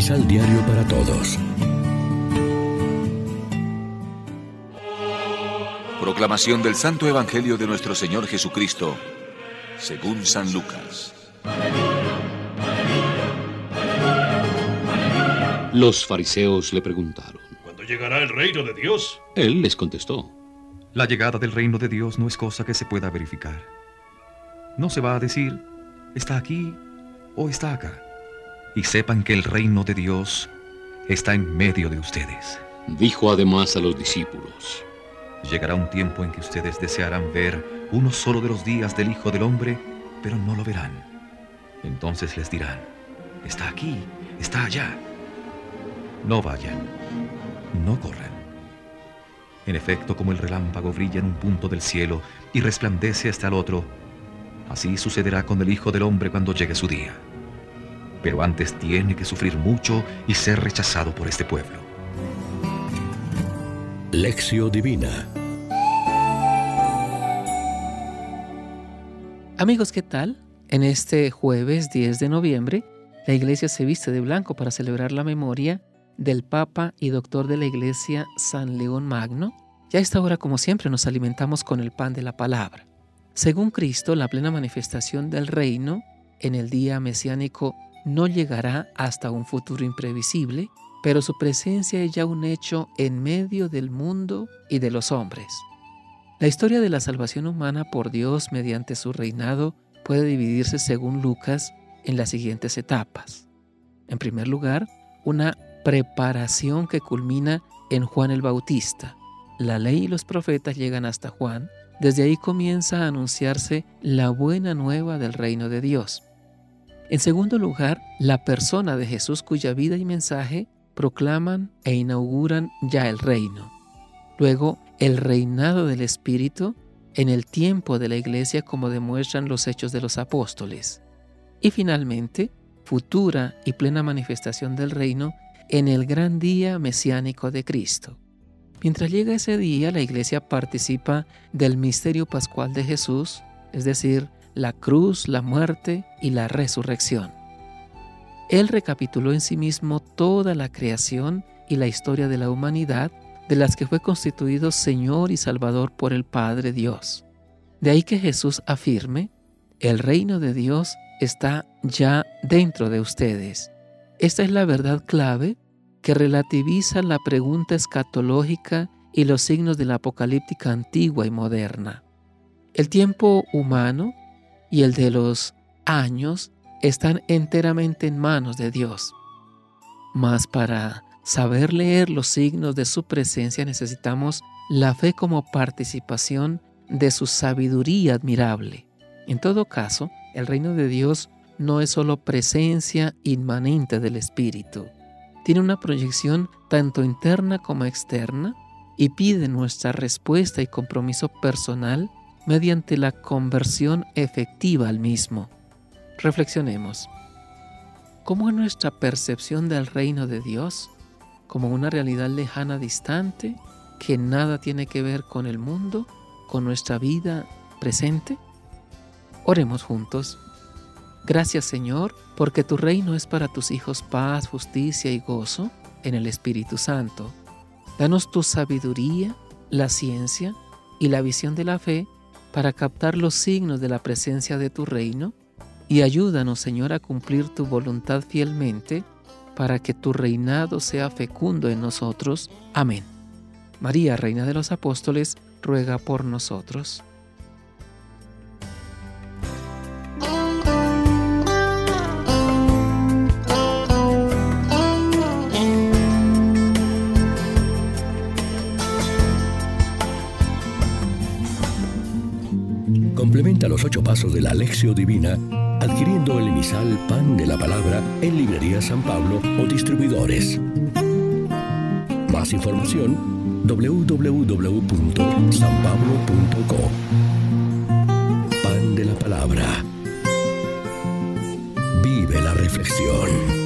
Misal Diario para Todos. Proclamación del Santo Evangelio de nuestro Señor Jesucristo, según San Lucas. Los fariseos le preguntaron: ¿Cuándo llegará el reino de Dios? Él les contestó: La llegada del reino de Dios no es cosa que se pueda verificar. No se va a decir, está aquí o está acá. Y sepan que el reino de Dios está en medio de ustedes. Dijo además a los discípulos: Llegará un tiempo en que ustedes desearán ver uno solo de los días del Hijo del Hombre, pero no lo verán. Entonces les dirán, está aquí, está allá. No vayan, no corran. En efecto, como el relámpago brilla en un punto del cielo y resplandece hasta el otro, así sucederá con el Hijo del Hombre cuando llegue su día. Pero antes tiene que sufrir mucho y ser rechazado por este pueblo. Lección Divina. Amigos, ¿qué tal? En este jueves 10 de noviembre, la Iglesia se viste de blanco para celebrar la memoria del Papa y doctor de la Iglesia San León Magno. Y a esta hora, como siempre, nos alimentamos con el pan de la palabra. Según Cristo, la plena manifestación del reino en el día mesiánico no llegará hasta un futuro imprevisible, pero su presencia es ya un hecho en medio del mundo y de los hombres. La historia de la salvación humana por Dios mediante su reinado puede dividirse, según Lucas, en las siguientes etapas. En primer lugar, una preparación que culmina en Juan el Bautista. La ley y los profetas llegan hasta Juan. Desde ahí comienza a anunciarse la buena nueva del reino de Dios. En segundo lugar, la persona de Jesús, cuya vida y mensaje proclaman e inauguran ya el reino. Luego, el reinado del Espíritu en el tiempo de la Iglesia, como demuestran los hechos de los apóstoles. Y finalmente, futura y plena manifestación del reino en el gran día mesiánico de Cristo. Mientras llega ese día, la Iglesia participa del misterio pascual de Jesús, es decir, la cruz, la muerte y la resurrección. Él recapituló en sí mismo toda la creación y la historia de la humanidad, de las que fue constituido Señor y Salvador por el Padre Dios. De ahí que Jesús afirme, el reino de Dios está ya dentro de ustedes. Esta es la verdad clave que relativiza la pregunta escatológica y los signos de la apocalíptica antigua y moderna. El tiempo humano y el de los años están enteramente en manos de Dios. Mas para saber leer los signos de su presencia necesitamos la fe como participación de su sabiduría admirable. En todo caso, el reino de Dios no es solo presencia inmanente del Espíritu. Tiene una proyección tanto interna como externa y pide nuestra respuesta y compromiso personal mediante la conversión efectiva al mismo. Reflexionemos. ¿Cómo es nuestra percepción del reino de Dios? ¿Como una realidad lejana, distante, que nada tiene que ver con el mundo, con nuestra vida presente? Oremos juntos. Gracias, Señor, porque tu reino es para tus hijos paz, justicia y gozo en el Espíritu Santo. Danos tu sabiduría, la ciencia y la visión de la fe para captar los signos de la presencia de tu reino, y ayúdanos, Señor, a cumplir tu voluntad fielmente para que tu reinado sea fecundo en nosotros. Amén. María, Reina de los Apóstoles, ruega por nosotros. Complementa los 8 pasos de la Lección Divina adquiriendo el emisal Pan de la Palabra en Librería San Pablo o distribuidores. Más información www.sanpablo.co. Pan de la Palabra. Vive la reflexión.